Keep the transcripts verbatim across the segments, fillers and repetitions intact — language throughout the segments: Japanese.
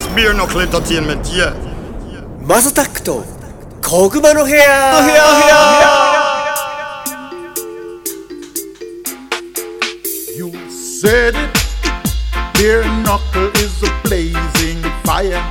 Beer Knuckle Entertainment, yeah. マサタックと小熊の部屋。部屋部屋。 You said it. Beer Knuckle is a blazing fire.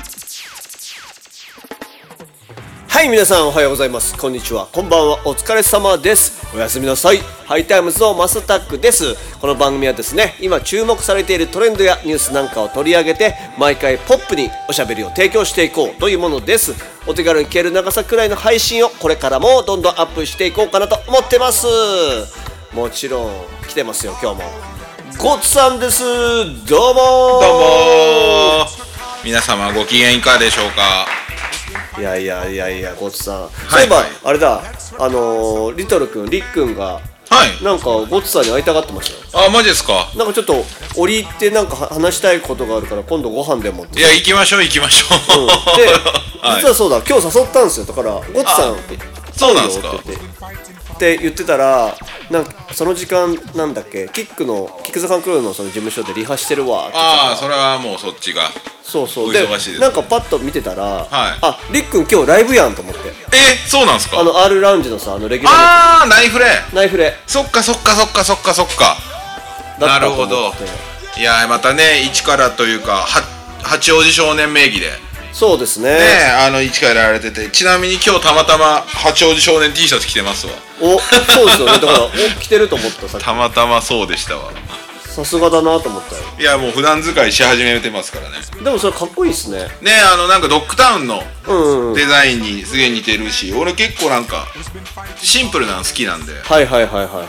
はい、皆さんおはようございます。こんにちは、こんばんは、お疲れ様です。おやすみなさい。ハイタイムズのマサタックです。この番組はですね、今注目されているトレンドやニュースなんかを取り上げて、毎回ポップにおしゃべりを提供していこうというものです。お手軽に聞ける長さくらいの配信をこれからもどんどんアップしていこうかなと思ってます。もちろん来てますよ、今日もゴッツさんです。どうもーどうもー。皆様ご機嫌いかがでしょうか。 いやいやいやいや、ゴッツさん、 はい、 そういえば、はい、あれだ、あのー、リトル君、リックンが、はい、なんかゴッツさんに会いたがってましたよ。 あ、マジですか。 なんかちょっと折り入ってなんか話したいことがあるから今度ご飯でもって。 いや、行きましょう行きましょう、うん、で、 はい、実はそうだ、今日誘ったんですよ。だからゴッツさんそうなんですかって言ってたら、なんかその時間なんだっけ、キックのキックザカンクルーのその事務所でリハしてるわって。 ああ、それはもうそっちがそうそうお忙しいです。 なんかパッと見てたら、はい、 あ、 リックン今日ライブやんと思って。 え、そうなんすか。 あの R ラウンジのさ、あのレギュラーの、 ああ、ナイフレナイフレ。 そっかそっかそっかそっかそっか。なるほど。いや、またね、一からというかは八王子少年名義で。 そうですね。 ね、あの一からやられてて、ちなみに今日たまたま八王子少年 T シャツ着てますわ。 お、そうですよね。だからお着てると思った。さっきたまたまそうでしたわ。 さすがだなと思ったよ。 いや、もう普段使いし始めてますからね。 でもそれかっこいいっすね。 ね、あのなんかドッグタウンのうんうん、 デザインにすげえ似てるし、俺結構なんかシンプルなの好きなんで。 はいはいはいはいはい。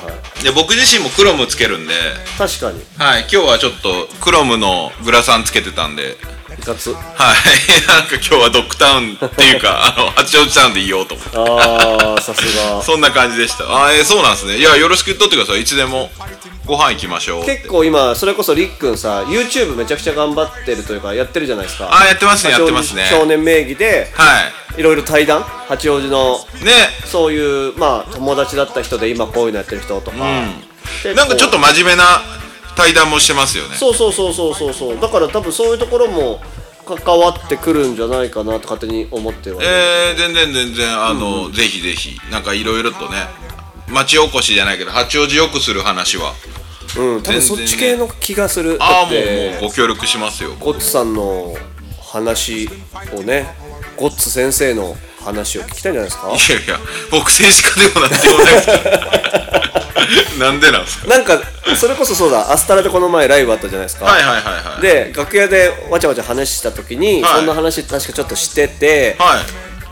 で、僕自身もクロムつけるんで。 確かに。 はい、今日はちょっとクロムのグラサンつけてたんで。 いかつ。 はい、なんか今日はドッグタウンっていうかあの八王子タウンでいようと思って。 ああ、さすが。 そんな感じでした。あー、えー、そうなんですね。いや、よろしく言っとってください。いつでもご飯行きましょう。 結構今それこそりっくんさ、 YouTube めちゃくちゃ頑張ってるというかやってるじゃないですか。 あ、やってますね、やってますね。 少年名義で、 はい、 いろいろ対談、八王子のね、 そういうまあ友達だった人で今こういうのやってる人とか、 うん、なんかちょっと真面目な対談もしてますよね。 そうそうそうそうそうそう。だから多分そういうところも関わってくるんじゃないかなと勝手に思ってる。 えー、全然全然あの、うん、ぜひぜひなんかいろいろとね、町おこしじゃないけど八王子よくする話は、 うん、多分そっち系の気がする。 ああ、もうもうご協力しますよ。 ゴッツさんの話をね、ゴッツ先生の話を聞きたいんじゃないですか。 いやいや、僕政治家でもなんでもないですからなんでなんですか。 なんかそれこそそうだ、アスタラでこの前ライブあったじゃないですか。 はいはいはいはい。 で、楽屋でわちゃわちゃ話した時に、はい、そんな話確かちょっとしてて、はい、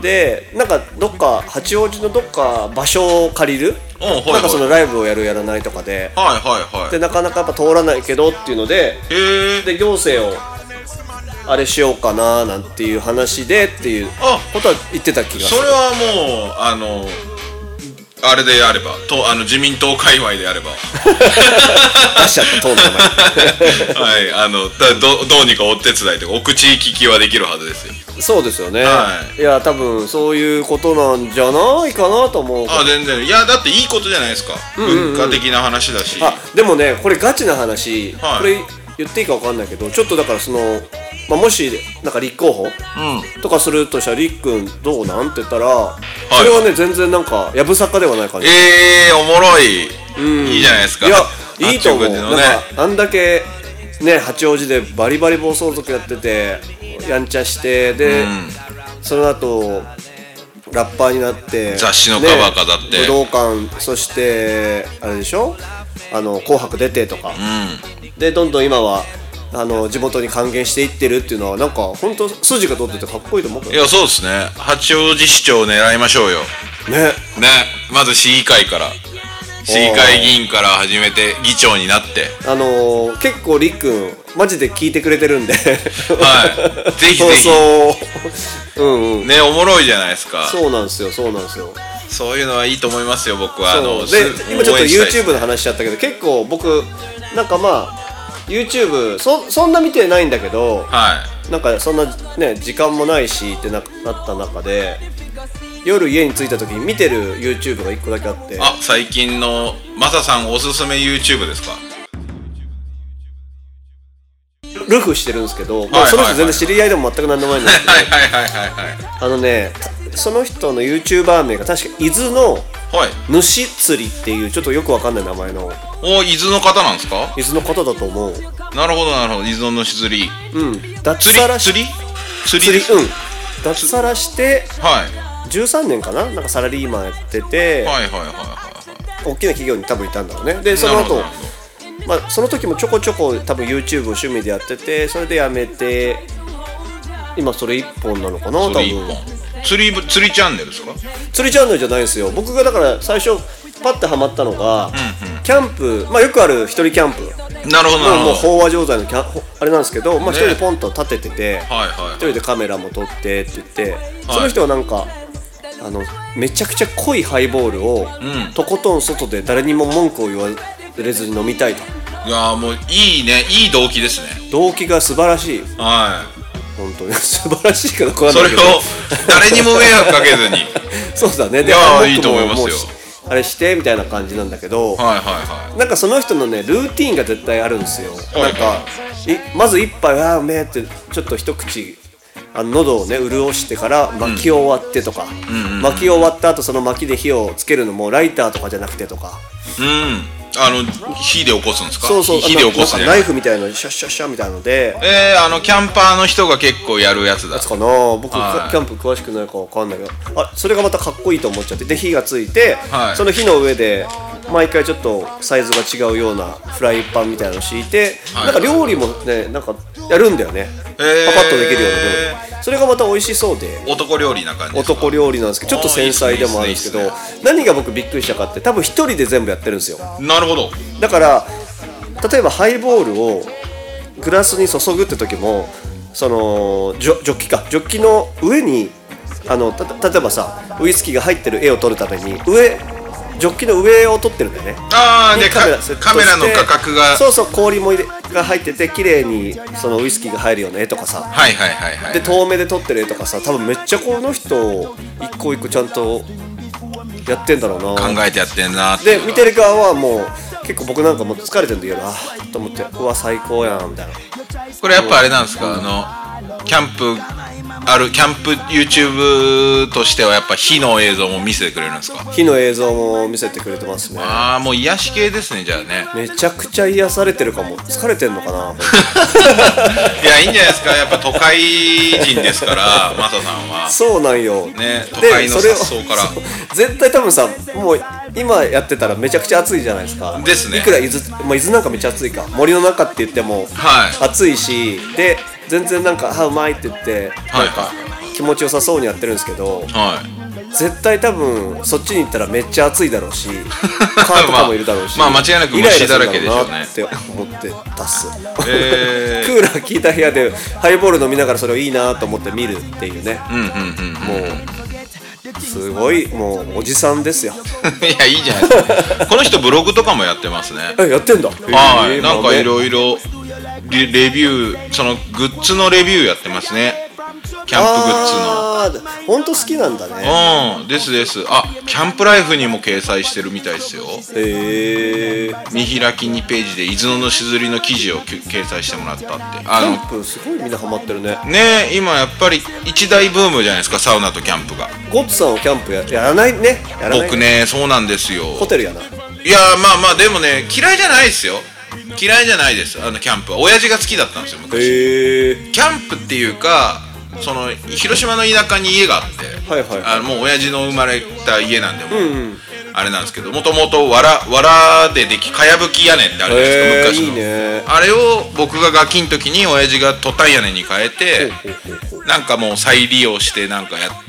で、なんかどっか八王子のどっか場所を借りる、はいはい、なんかそのライブをやるやらないとかで、はいはいはい、でなかなかやっぱ通らないけどっていうので、へで行政をあれしようかななんていう話でっていうことは言ってた気がする。 それはもうあのあれであればと、あの自民党界隈であれば出しちゃった党の名前はい、あのだ ど, どうにかお手伝いとかお口利きはできるはずですよ。 そうですよね、はい、いや多分そういうことなんじゃないかなと思う。 あ、全然。いや、だっていいことじゃないですか、うんうんうん、文化的な話だし。 あ、でもね、これガチな話、はい、これ言っていいか分かんないけど、ちょっとだからその、まあ、もしなんか立候補、うん、とかするとしたらりっくんどうなんって言ったら、はい、それはね全然なんかやぶさかではない感じ。 えー、おもろい、うん、いいじゃないですか。 いや、いいと思う、ね、なんかあんだけね、八王子でバリバリ暴走族やっててやんちゃしてで、うん、その後ラッパーになって雑誌のカバー飾って、 ね、武道館、そしてあれでしょ、あの紅白出てとか、うん、でどんどん今はあの地元に還元していってるっていうのはなんか本当筋が通っててかっこいいと思う。 いや、そうですね。八王子市長を狙いましょうよね。 ね、まず市議会から市議会議員から始めて議長になって、 あのー、結構りっくんマジで聞いてくれてるんではい 、ぜひぜひそうそう、うんうん、 ね、おもろいじゃないですか。 そうなんですよ、そうなんですよ。 そういうのはいいと思いますよ、僕は。あので今ちょっと YouTube の話しちゃったけど、結構僕なんかまあYouTube そ, そんな見てないんだけど、はい、なんかそんなね時間もないしって な, なった中で夜家に着いた時に見てる YouTube がいっこだけあって。 あ、最近のマサさんおすすめ YouTube ですか。 ルフしてるんですけど、まあ、その人全然知り合いでも全く何でもないんですけど、 はいはいはいはいはい。 あのね、その人の YouTuber 名が確か伊豆のはい。 主釣りっていうちょっとよくわかんない名前のお、伊豆の方なんですか？ 伊豆の方だと思う。 なるほどなるほど。伊豆のし釣り。 うん。脱釣りサラし釣り釣り釣りです。 うん。脱サラしてはいじゅうさんねんかな、なんかサラリーマンやってて、 はいはいはいはいはい。 大きな企業に多分いたんだろうね。でその後なるほどなるほまあその時もちょこちょこ多分 YouTube を趣味でやってて、それでやめて今それ一本なのかな多分。 ど釣り一本。釣り釣りチャンネルですか？ 釣りチャンネルじゃないんですよ。僕がだから最初パッてハマったのが、キャンプ、まあよくある一人キャンプ、 なるほどなるもうほど。 飽和状態のキャンあれなんですけど、まあ一人でポンと立ててて、 はいはい一人でカメラも撮ってって言って、 はいその人はなんかあのめちゃくちゃ濃いハイボールを、 うんとことん外で誰にも文句を言われずに飲みたいと。 いやーもういいね、いい動機ですね。 動機が素晴らしい。 は本当に素晴らしいかどうかわい。 かんないけどそれを誰にも迷惑かけずに。 そうだね。で、 いやーあいいと思いますよもうあれしてみたいな感じなんだけど、 はいはいはなんかその人のねルーティーンが絶対あるんですよ。 いなんかいまず一杯あーうめえってちょっと一口あの喉をね潤してから巻き終わってとか、巻き終わった後その巻きで火をつけるのもライターとかじゃなくてとか、 い。うん。あの火で起こすんですか？ そうそう、 火で起こすね。 なんかナイフみたいなのシャッシャッシャッみたいなので、 えー、あのキャンパーの人が結構やるやつだ。 かな僕、 はいキャンプ詳しくないかわかんないけど、あそれがまたかっこいいと思っちゃって、で火がついて、 はいその火の上で毎回ちょっとサイズが違うようなフライパンみたいなのを敷いて、 はいなんか料理もねなんかやるんだよね、 えーパパッとできるような料理、それがまた美味しそうで男料理な感じですか？ 男料理なんですけど、ちょっと繊細でもあるんですけど、 いいですね何が僕びっくりしたかって多分一人で全部やってるんですよ。 なるほど。 だから例えばハイボールをグラスに注ぐって時も、そのジョジョッキかジョッキの上にあのた例えばさウイスキーが入ってる絵を撮るために上ジョッキの上を撮ってるんだよね。 ああでカにカメラセットしてカメラの画角がそうそう氷も入れが入ってて綺麗にそのウイスキーが入るような絵とかさ、 はいはいはいはい。 で遠目で撮ってる絵とかさ、多分めっちゃこの人一個一個ちゃんとやってんだろうな考えてやってんなってで見てる側はもう結構僕なんかもう疲れてるんだけど、あーと思って、うわ最高やんみたいな。 これやっぱあれなんですか、あのキャンプあるキャンプ YouTube としてはやっぱ火の映像も見せてくれるんですか？ 火の映像も見せてくれてますね。 ああもう癒し系ですねじゃあね。 めちゃくちゃ癒されてるかも。疲れてんのかないやいいんじゃないですか、やっぱ都会人ですからマサさんはそうなんよね、都で会のそれを雑草からそう絶対多分さ、もう今やってたらめちゃくちゃ暑いじゃないですか。 ですねいくら伊豆、まあ、伊豆なんかめっちゃ暑いか、森の中って言ってもはい暑いし、で全然なんか「あうまい」って言ってはいなんか気持ちよさそうにやってるんですけど、 はい絶対多分そっちに行ったらめっちゃ暑いだろうしカーとかもいるだろうし、 まあまあ間違いなく虫だらけでしょうねイライラするだろうなって思ってたっす、 えークーラー効いた部屋でハイボール飲みながらそれをいいなと思って見るっていうね、 うんうんうんもうすごいもうおじさんですよいやいいじゃないですかこの人ブログとかもやってますね。 えやってんだ。 はい、 へーなんかいまあねろいろレレビュー、そのグッズのレビューやってますね。キャンプグッズの。 あー本当好きなんだね。 うん、ですです。あ、キャンプライフにも掲載してるみたいですよ。 へえ。 見開きにページで伊豆のしずりの記事をき掲載してもらったって。あキャンのプすごいみんなハマってるね。 ねえ、今やっぱり一大ブームじゃないですか、サウナとキャンプが。 ゴッツさんはキャンプややらないね。やらない。 僕ね、そうなんですよ。 ホテルやな。 いやまあまあでもね、嫌いじゃないですよ。嫌いじゃないです。あのキャンプは親父が好きだったんですよ昔。 へえ。 キャンプっていうか、その広島の田舎に家があって、 はいはいはいあのもう親父の生まれた家なんでもう、 うんうんあれなんですけど、もともとわらわらでできかやぶき屋根ってあるじゃないですか、 へー昔の。 いいね。 あれを僕がガキの時に親父がトタン屋根に変えて、なんかもう再利用してなんかやって、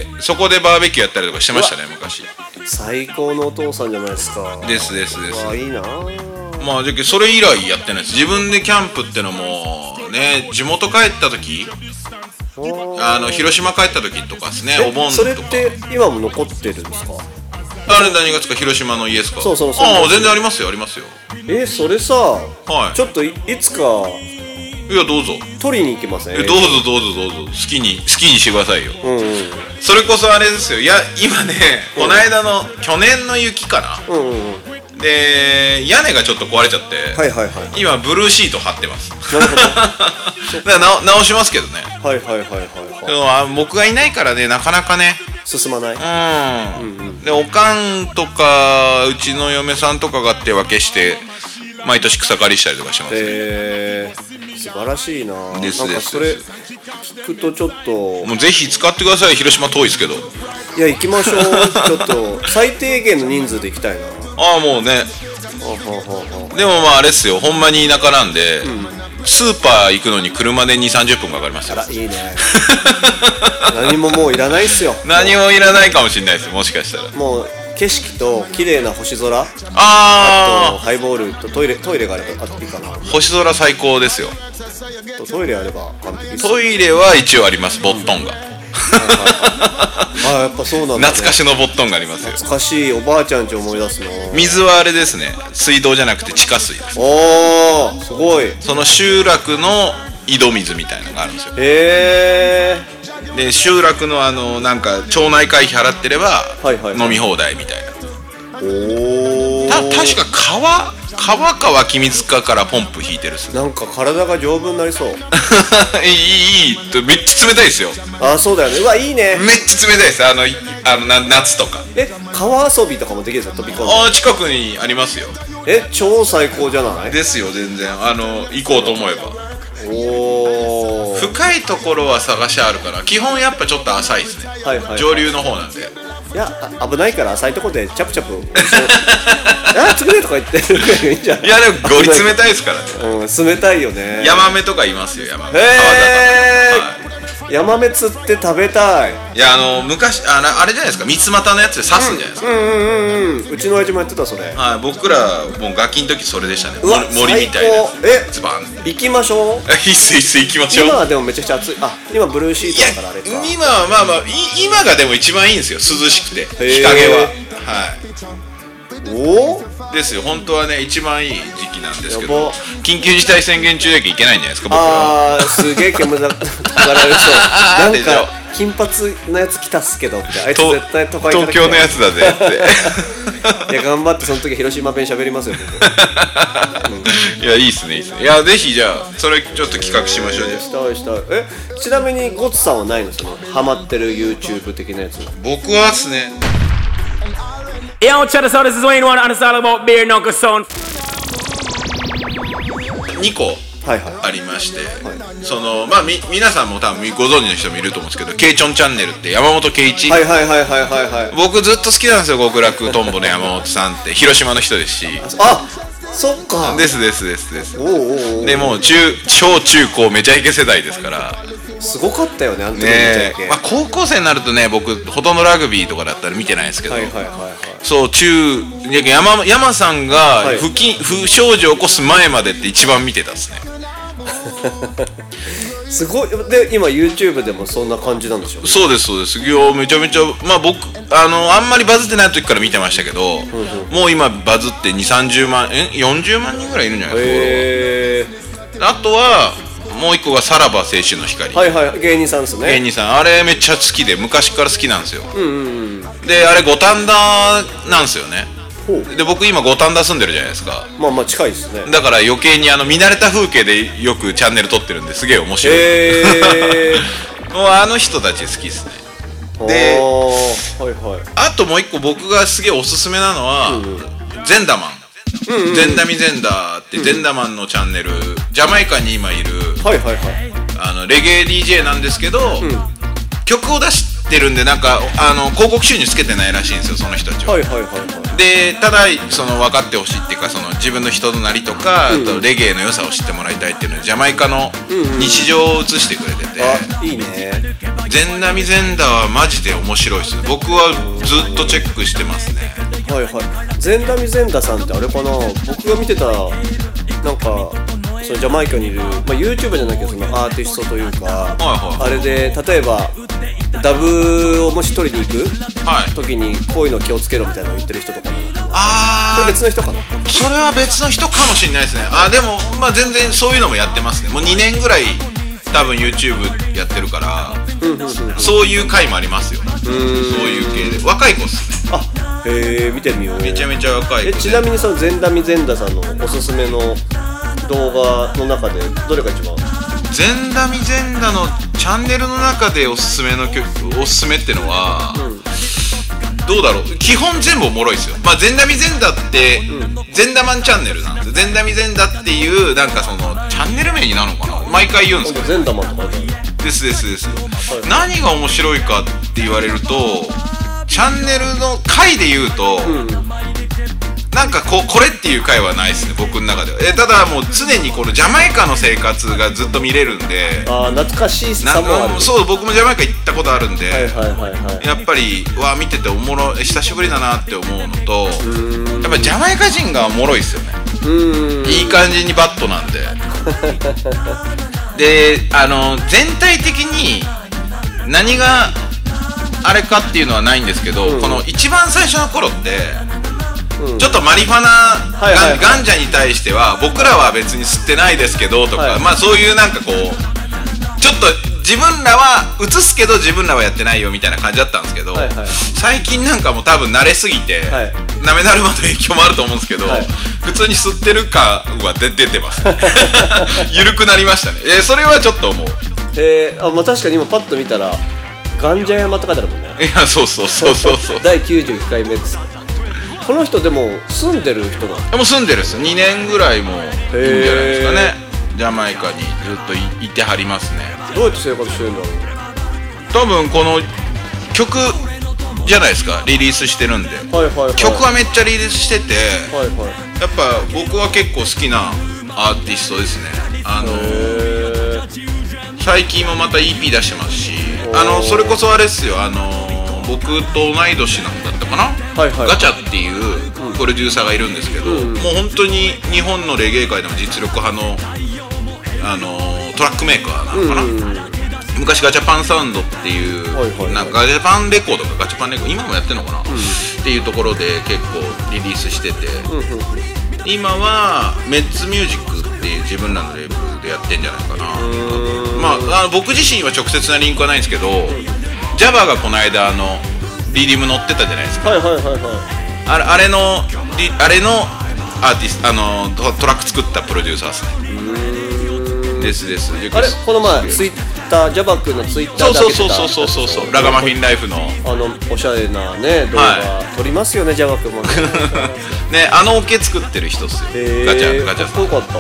そこでバーベキューやったりとかしてましたね昔。 最高のお父さんじゃないですか。 ですですです。 わあいいな。 まあじゃあそれ以来やってないです。自分でキャンプってのもね、地元帰った時、あの広島帰った時とかですね、お盆とか。 それって今も残ってるんですか。 あれ何がですか、広島の家ですか。 そうそうそうああ全然ありますよありますよ。 えそれさ、 はいちょっといいつかいやどうぞ。 取りに行きません。 えどうぞどうぞどうぞ、好きに好きにしてくださいよ。 うんうんそれこそあれですよ。いや今ね、この間の去年の雪かなうんうんうん。 で屋根がちょっと壊れちゃって、 はいはいはい、 今ブルーシート貼ってます。 なるほどだから直直しますけどね。 はいはいはいはい、 でもあ僕がいないからねなかなかね進まない。 うん、 うんうん、 でおかんとかうちの嫁さんとかが手分けして毎年草刈りしたりとかしますね。 へー、素晴らしいな。 ですなんかそれ聞くとちょっともうぜひ使ってください。広島遠いですけど。 いや行きましょう。ちょっと最低限の人数で行きたいな。 ああもうね。でもまああれっすよ、ほんまに田舎なんで、うん、スーパー行くのに車でにじゅうさんじゅっぷんかかりますよ。 あらいいね。何ももういらないっすよ。 何もいらないかもしれないです、もしかしたら。 もう景色と綺麗な星空、ああとハイボールとトイレ、トイレがあればあっていいかな。 星空最高ですよ。 とトイレあれば完璧です。 トイレは一応あります、ボットンが、うん、 ああやっぱそうなんだ、ね、 懐かしのボットンがありますよ。 懐かしい。おばあちゃんち思い出すの。 水はあれですね、水道じゃなくて地下水です。 おーすごい。 その集落の井戸水みたいなのがあるんですよ。 へえ。で集落のあのなんか町内会費払ってれば飲み放題みたいな。おお。た確か川川か湧き水かからポンプ引いてるっす。 なんか体が丈夫になりそう。 いいいいいめっちゃ冷たいですよ。 あそうだよね。うわいいね。 めっちゃ冷たいです。あのあのな夏とか。 え川遊びとかもできるんですか、飛び込んで。 あ近くにありますよ。 え超最高じゃないですよ。全然あの行こうと思えば。 おー深いところは探しあるから、基本やっぱちょっと浅いですね、はいはいはい、上流の方なんで。 いや危ないから浅いとこでチャプチャプあつくねとか言ってるぐらいがいいんじゃない。 いやでもゴリ冷たいですからね。 うん冷たいよね。 ヤマメとかいますよ。ヤマメ。 へえ、はい、ヤマメ釣って食べたい。 いやあの昔あのあれじゃないですか、三つ股のやつで刺すんじゃないですか。 うんうんうんうん。うちの親父もやってたそれ。 はい、僕らもうガキの時それでしたね。 うわ森みたいなやつ。 えズバン行きましょう。 いいっすいいっす行きましょう。 今はでもめちゃくちゃ暑い。あ今ブルーシートだからあれか。 今はまあまあ今がでも一番いいんですよ、涼しくて日陰は。はい。 おおですよ。本当はね一番いい時期なんですけど、緊急事態宣言中だけいけないんじゃないですか僕は。 あーすげえ煙だかられそうなんか金髪のやつ来たっすけどってあいつ絶対都会から来た東京のやつだぜっていや頑張ってその時広島弁喋りますよ僕、 うん、いやいいっすねいいっすね。いやぜひじゃあそれちょっと企画しましょう。じゃあしたいしたい。えちなみにゴツさんはないの、そのハマってる YouTube 的なやつ。 僕はですね Yo, check this out. This is Wayne One, and it's all about beer knuckle sound. にこありまして、はいはい、そのまあみ皆さんも多分ご存知の人もいると思うんですけど、ケイチョンチャンネルって山本圭一。 はいはいはいはいはいはい。 僕ずっと好きなんですよ、極楽とんぼの山本さんって広島の人ですし。 あそっか。 ですですですです。 おうおうおう。 でもう中小中高めちゃイケ世代ですから。 すごかったよねあの時めちゃイケ。 まあ高校生になるとね僕ほとんどラグビーとかだったら見てないですけど。 はいはいはいはい。 そう中山山さんが不き、はい、不祥事を起こす前までって一番見てたっすね。 すごい。で今 YouTube でもそんな感じなんでしょう、ね、 そうですそうです。いやめちゃめちゃまあ僕あのあんまりバズってない時から見てましたけど、うんうん、もう今バズってにじゅうさんじゅうまんえよんじゅうまんにんぐらいいるんじゃないですか。へー。あとはもう一個がさらば青春の光。 はいはい芸人さんですね。 芸人さんあれめっちゃ好きで昔から好きなんですよ、 うんうんうん、 であれ五反田なんですよね。で僕今五反田住んでるじゃないですか。 まあまあ近いですね。 だから余計にあの見慣れた風景でよくチャンネル撮ってるんですげえ面白い。 へーもうあの人たち好きですね。で、 はいはい、 あともう一個僕がすげえおすすめなのは、うんうん、ゼンダマン、うんうん、ゼンダミゼンダーってゼンダマンのチャンネル、ジャマイカに今いる、 はいはいはい、 あのレゲエ ディージェー なんですけど、うん、曲を出してるんでなんかあの広告収入つけてないらしいんですよその人たちは。 はいはいはいはい。 でただその分かってほしいっていうかその自分の人となりとか、うん、あとレゲエの良さを知ってもらいたいっていうのでジャマイカの日常を映してくれてて、 うんうん、あいいね。 ゼンダミゼンダはマジで面白いですね。僕はずっとチェックしてますね。 はいはい。ゼンダミゼンダさんってあれかな、僕が見てたなんかそのジャマイカにいる、まあ、YouTube じゃないけどそのアーティストというか、はいはい、あれで例えばダブをもし取りに行く、はい、時にこういうの気をつけろみたいなのを言ってる人とかな。あーそれ別の人かな。 それは別の人かもしれないですね。あでも、まあ、全然そういうのもやってますね。もうにねんぐらい多分 YouTube やってるから、そういう回もありますよ。そういう系で若い子っすね。 あ、へえ、見てみよう。 めちゃめちゃ若い子で。 え、ちなみにそのゼンダミゼンダさんのおすすめの動画の中でどれが一番？ ゼンダミゼンダのチャンネルの中でおすすめの曲、おすすめってのは、うん、どうだろう。基本全部おもろいですよ。まあゼンダミゼンダって、うん、ゼンダマンチャンネルなんですよ。ゼンダミゼンダっていうなんかそのチャンネル名になるのかな。毎回言うんですけど。 ゼンダマンとかですですです。はい、何が面白いかって言われると、チャンネルの回で言うと。うん、なんかこうこれっていう回はないですね、僕の中では。えただもう常にこのジャマイカの生活がずっと見れるんで、 ああ懐かしいさもある。 そう、僕もジャマイカ行ったことあるんで、 はいはいはいはい、 やっぱりわ見てておもろい、久しぶりだなって思うのと、やっぱりジャマイカ人がおもろいですよね。うーん、いい感じにバットなんでで、あの全体的に何があれかっていうのはないんですけど、うん、この一番最初の頃ってうん、ちょっとマリファナ、はいはいはい、ガンジャに対しては僕らは別に吸ってないですけどとか、はい、まあそういうなんかこうちょっと自分らは映すけど自分らはやってないよみたいな感じだったんですけど、はいはい、最近なんかもう多分慣れすぎて、はい、なめだるまの影響もあると思うんですけど、はい、普通に吸ってる感は出てます緩くなりましたね。えー、それはちょっと思う。 えー、あ、まあ、確かに今パッと見たらガンジャ山って書いてあるもんね。 いや、そうそうそうそうそうだいきゅうじゅういっかいめです。この人でも住んでる人なの？ もう住んでるっす。にねんぐらいもいいんじゃないですかね。ジャマイカにずっと い, いてはりますね。 どうやって生活してるんだろう。 多分この曲じゃないですか、リリースしてるんで、はいはいはい、曲はめっちゃリリースしてて、はいはい、やっぱ僕は結構好きなアーティストですね。あのー、最近もまた イーピー 出してますし、あのそれこそあれっすよ、あのー僕と同い年なんだったかな、はいはい、ガチャっていうプロデューサーがいるんですけど、うん、もう本当に日本のレゲエ界でも実力派の、あのー、トラックメーカーなのかな、うん、昔ガチャパンサウンドっていう、はいはいはい、なんかガチャパンレコードかガチャパンレコード今もやってるのかな、うん、っていうところで結構リリースしてて、うん、今はメッツミュージックっていう自分らのレーベルでやってんじゃないかな。まあ、あの僕自身は直接なリンクはないんですけど、ジャバがこの間あのリリム乗ってたじゃないですか。はいはいはいはい。あれ、あれのあれのアーティスト、あのトラック作ったプロデューサーですね。うーんですです。 あれこの前ツイッタージャバ君のツイッターで上げてた。 そうそうそうそうそうそう。ラガマフィンライフのあのおしゃれなね動画、はい、撮りますよねジャバ君もね。 ね、あのオケ作ってる人っすよ。ガチャガチャさん。 かっこよかった。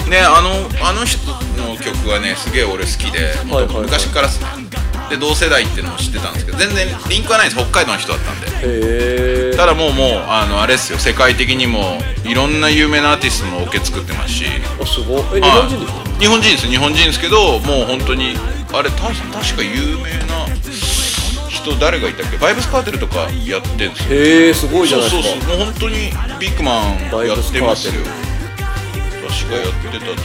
ね、あのあの人の曲はねすげえ俺好きで、はいはいはい、昔からですね。で同世代っていうのも知ってたんですけど全然リンクはないんです。北海道の人だったんで。へー。ただもうもうあのあれですよ、世界的にもいろんな有名なアーティストのオケ作ってますし。 あ、すごい。え、日本人でしょ？ 日本人です日本人ですけど、もう本当にあれた確か有名な人誰がいたっけ、バイブスカーテルとかやってるんですよ。 へー、すごいじゃないですか。 そうそうそう、もう本当にビッグマンやってますよ。確かやってたと思う。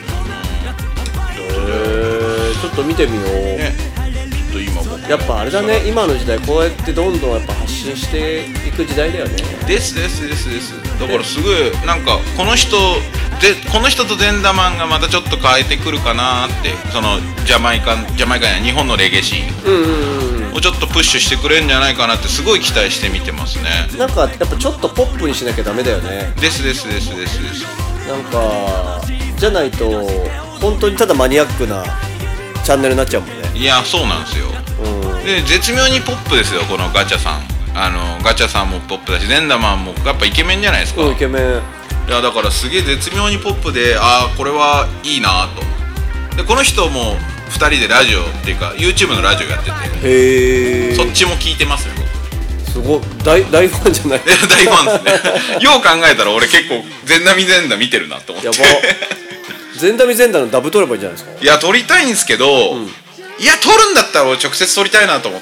へー、ちょっと見てみよう、ね。やっぱあれだね、今の時代こうやってどんどんやっぱ発信していく時代だよね。 ですですですです。だからすごいなんかこの人でこの人とゼンダマンがまたちょっと変えてくるかなって、そのジャマイカジャマイカや日本のレゲエシーンをちょっとプッシュしてくれるんじゃないかなってすごい期待して見てますね。 なんかやっぱちょっとポップにしなきゃダメだよね。 ですですですですです。 なんかじゃないと本当にただマニアックなチャンネルになっちゃうもんね。 いやそうなんですよ。で絶妙にポップですよこのガチャさん。あのガチャさんもポップだしゼンダマンもやっぱイケメンじゃないですか。 うん、イケメン。 いやだからすげえ絶妙にポップで、ああこれはいいなと。でこの人もふたりでラジオっていうか YouTube のラジオやってて、へえ、そっちも聞いてますよ。 すごい 大, 大ファンじゃない？ 大ファンですね。よう考えたら俺結構ゼンダミゼンダ見てるなと思って。やば。 ゼンダミゼンダのダブ撮ればいいんじゃないですか。 いや撮りたいんですけど、うん、いや撮るんだったら俺直接撮りたいなと思って。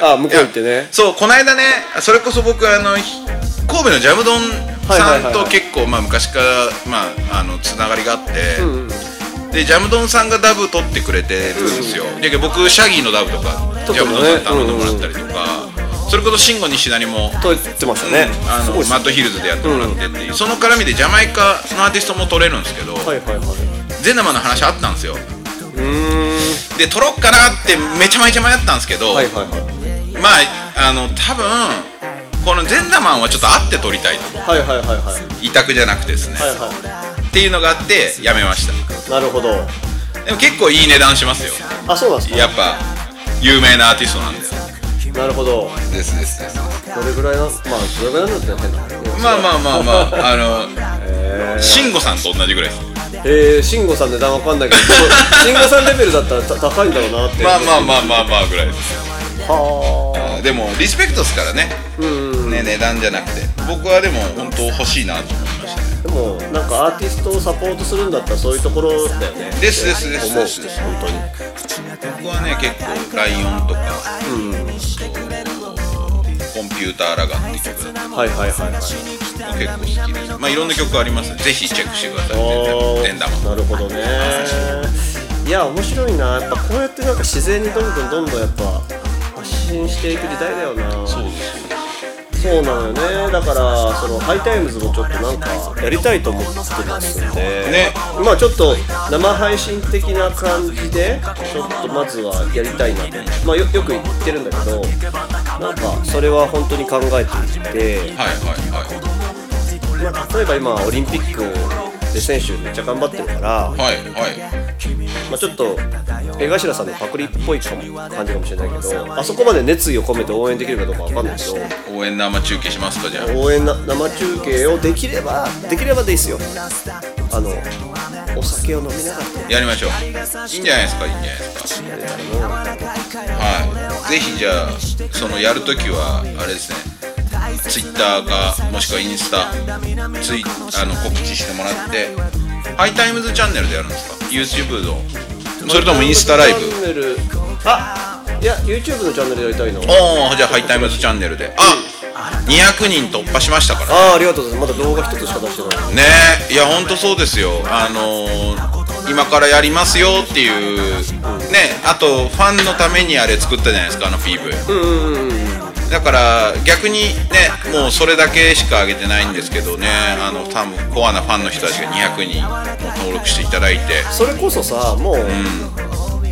あ、向こう行ってね。 そうこの間ね、それこそ僕あの神戸のジャムドンさんと結構まあ昔からまああのつながりがあって、うんうん、でジャムドンさんがダブ撮ってくれてるんですよ。で、うん、僕シャギーのダブとかジャムドンさんに頼んでもらったりとか、うんうん、それこそ慎吾西成も撮ってましたね、 うん、あのマッドヒルズでやってもらってっていう、うん、その絡みでジャマイカのアーティストも撮れるんですけど、はいはいはい、ゼンダマンの話あったんですよ。うーんで撮ろっかなってめちゃめちゃ迷ったんですけど、 はいはいはいまああの多分このゼンダマンはちょっと会って撮りたいと、 はいはいはいはい委託じゃなくてですね、 はいはっていうのがあってやめました。 いなるほど。 でも結構いい値段しますよ。 あ、そうなんですか。 やっぱ有名なアーティストなんで。 なるほど。 ですですです。 どれぐらいな、まあどれぐらいなんですかね。 まあまあまあまああの慎吾さんと同じぐらいです。 えー、慎吾さん値段わかんないけど慎吾さんレベルだったらた高いんだろうなって。 まあまあまあまあまあぐらいです。 はあでもリスペクトですからね。 うんね値段じゃなくて僕はでも本当欲しいなと思いましたね。 でもなんかアーティストをサポートするんだったらそういうところだよね。 ですですです思うですです本当に。 僕はね結構ライオンとか、 うんコンピューターラガっていう曲だとはいはいはいはい。 結構好きです。まあいろんな曲あります。ぜひチェックしてください。ゼンダマン。 なるほどね。いや面白いな。やっぱこうやってなんか自然にどんどんどんどんやっぱ発信していく時代だよな。 そうですそうなのよね。だからそのハイタイムズもちょっとなんかやりたいと思ってますんで、 ねまあちょっと生配信的な感じでちょっとまずはやりたいなと、まあ よ, よく言ってるんだけど、なんかそれは本当に考えていて、 はいはいはいまあ、例えば今オリンピックで選手めっちゃ頑張ってるから、 はいはいまあ、ちょっと江頭さんのパクリっぽいかも感じかもしれないけど、あそこまで熱意を込めて応援できるかどうかわかんないけど、 応援生中継しますか。じゃあ応援な生中継をできればできればでいいですよ。あのお酒を飲みながらやりましょう。いいんじゃないですかいいんじゃないですか。 やれたらな。 はいぜひじゃあそのやるときはあれですね、ツイッターかもしくはインスタツイあの告知してもらって、ハイタイムズチャンネルでやるんですか YouTube の、それともインスタライブ。 チャンネル、あ、いや YouTube のチャンネルやりたいの。 おおじゃあハイタイムズチャンネルで、あにひゃくにん突破しましたからね。 ああ、ありがとうございます。まだ動画一つしか出してない。 ねえいやほんとそうですよ。あのー、今からやりますよっていうね、あとファンのためにあれ作ったじゃないですか、あの ピーブイ。 うんうんうんうん。 だから逆にねもうそれだけしか上げてないんですけどね、あの多分コアなファンの人たちがにひゃくにん登録していただいて、 それこそさ、もう、うん、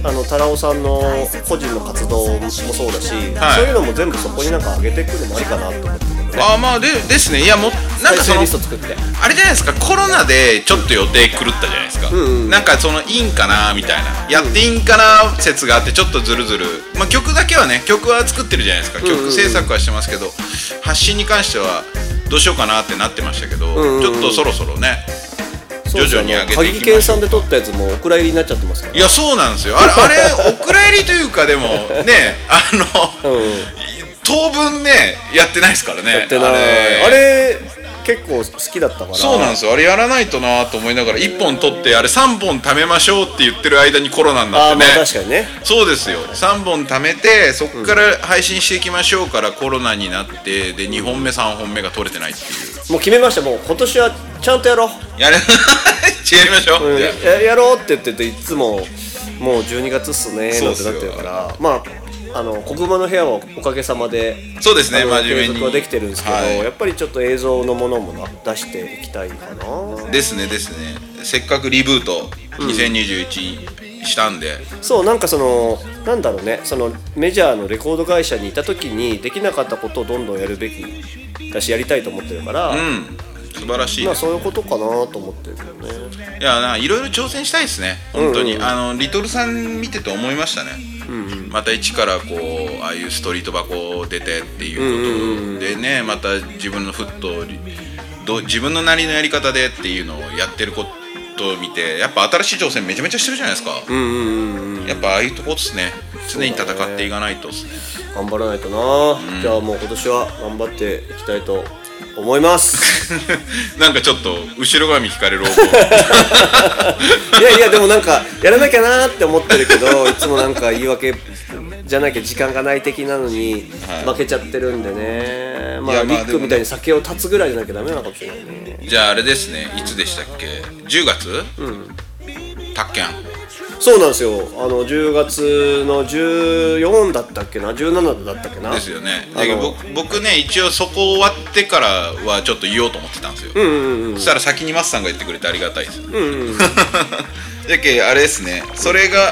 あのタラオさんの個人の活動もそうだし、はい、そういうのも全部そこになんか上げていくのもありかなと思ってるけどね。 ああまあでですね。いやもうなんかそのリスト作ってあれじゃないですか、コロナでちょっと予定狂ったじゃないですか、うんうん、なんかそのいいんかなみたいな、やっていいんかな説があってちょっとずるずる、まあ曲だけはね曲は作ってるじゃないですか、曲制作はしてますけど、発信に関してはどうしようかなってなってましたけど、うんうん、ちょっとそろそろね徐々に上げていきましょう。 鍵券さんで撮ったやつもお蔵入りになっちゃってますから、ね、 いやそうなんですよ。あれあれお蔵入りというかでもねあの、うん、当分ねやってないですからね。 やってない。あれ、あれ結構好きだったから。 そうなんですよ。あれやらないとなと思いながらいっぽん取ってあれさんぼん貯めましょうって言ってる間にコロナになってね。 あ、まあ確かにね。 そうですよ。さんぼん貯めてそこから配信していきましょうからコロナになってでにほんめさんぼんめが取れてないっていう。 もう決めました。もう今年はちゃんとやろう。 やれやりましょう、うん、 や, やろうって言ってていつももうじゅうにがつっすねなんてなってるから、まああの国馬の部屋はおかげさまでそうですね、真面目に継続はできてるんですけど、はい、やっぱりちょっと映像のものもな出していきたいかな。 ですねですね。せっかくリブートにせんにじゅういちしたんで、 うん、そうなんかそのなんだろうね、そのメジャーのレコード会社にいた時にできなかったことをどんどんやるべきだしやりたいと思ってるから、 うん素晴らしい。 まあそういうことかなと思ってるけどね。 いやないろいろ挑戦したいですね本当に、うんうん、あのリトルさん見てて思いましたね、うんうん、また一からこうああいうストリート箱出てっていうことでね、また自分のフットど自分のなりのやり方でっていうのをやってることを見て、やっぱ新しい挑戦めちゃめちゃしてるじゃないですか、うんうんうん、やっぱああいうとこですね。常に戦っていかないとですね。頑張らないとな、うん、じゃあもう今年は頑張っていきたいと思いますなんかちょっと後ろ髪引かれるいやいやでもなんかやらなきゃなって思ってるけどいつもなんか言い訳じゃなきゃ時間がない的なのに負けちゃってるんでね、はい、まあリックみたいに酒を断つぐらいじゃなきゃダメなのかもしれないね。 じゃああれですね、いつでしたっけ、じゅうがつ、うん、タッケン。 そうなんですよ。あのじゅうがつのじゅうよっかだったっけな、じゅうしちだったっけな。 ですよね。だけど 僕, 僕ね一応そこ終わってからはちょっと言おうと思ってたんですよ、うんうんうん、そしたら先にマスさんが言ってくれてありがたいです、うんうんうん、だけあれですね、それが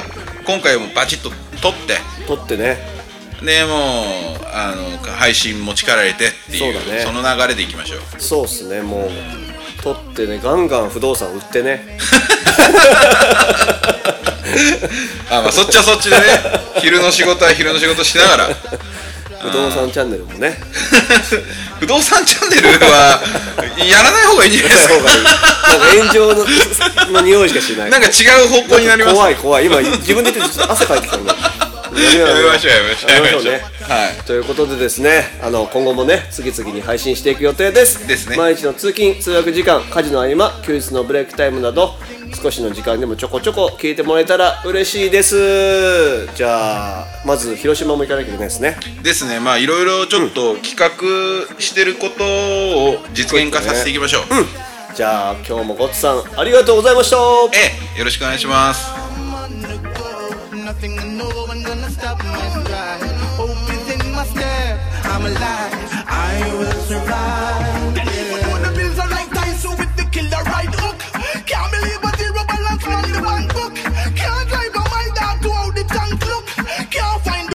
今回もバチッと撮って撮ってね、 でもうあの配信も力入れてっていう、 そうだね、 その流れでいきましょう。 そうっすね、もう撮ってね、ガンガン不動産売ってねあ、まあそっちはそっちでね昼の仕事は昼の仕事しながら不動産チャンネルもね不動産チャンネルはやらない方がいいんじゃないですか。 なんか炎上 の, の匂いしかしない。 なんか違う方向になります。 怖い怖い、今自分で言ってちょっと汗かいてきたんだ。やめましょうやめましょうやめましょうね。 はい。 ということでですね、あの今後もね次々に配信していく予定です。 ですね。 毎日の通勤通学時間、家事の合間、休日のブレイクタイムなど少しの時間でもちょこちょこ聞いてもらえたら嬉しいです。じゃあまず広島も行かなきゃいけないですね。 ですね。まあいろいろちょっと企画してることを実現化させていきましょう。 うん。じゃあ今日もゴッツさんありがとうございました。 ええ、よろしくお願いします。 I'm alive, I will survive.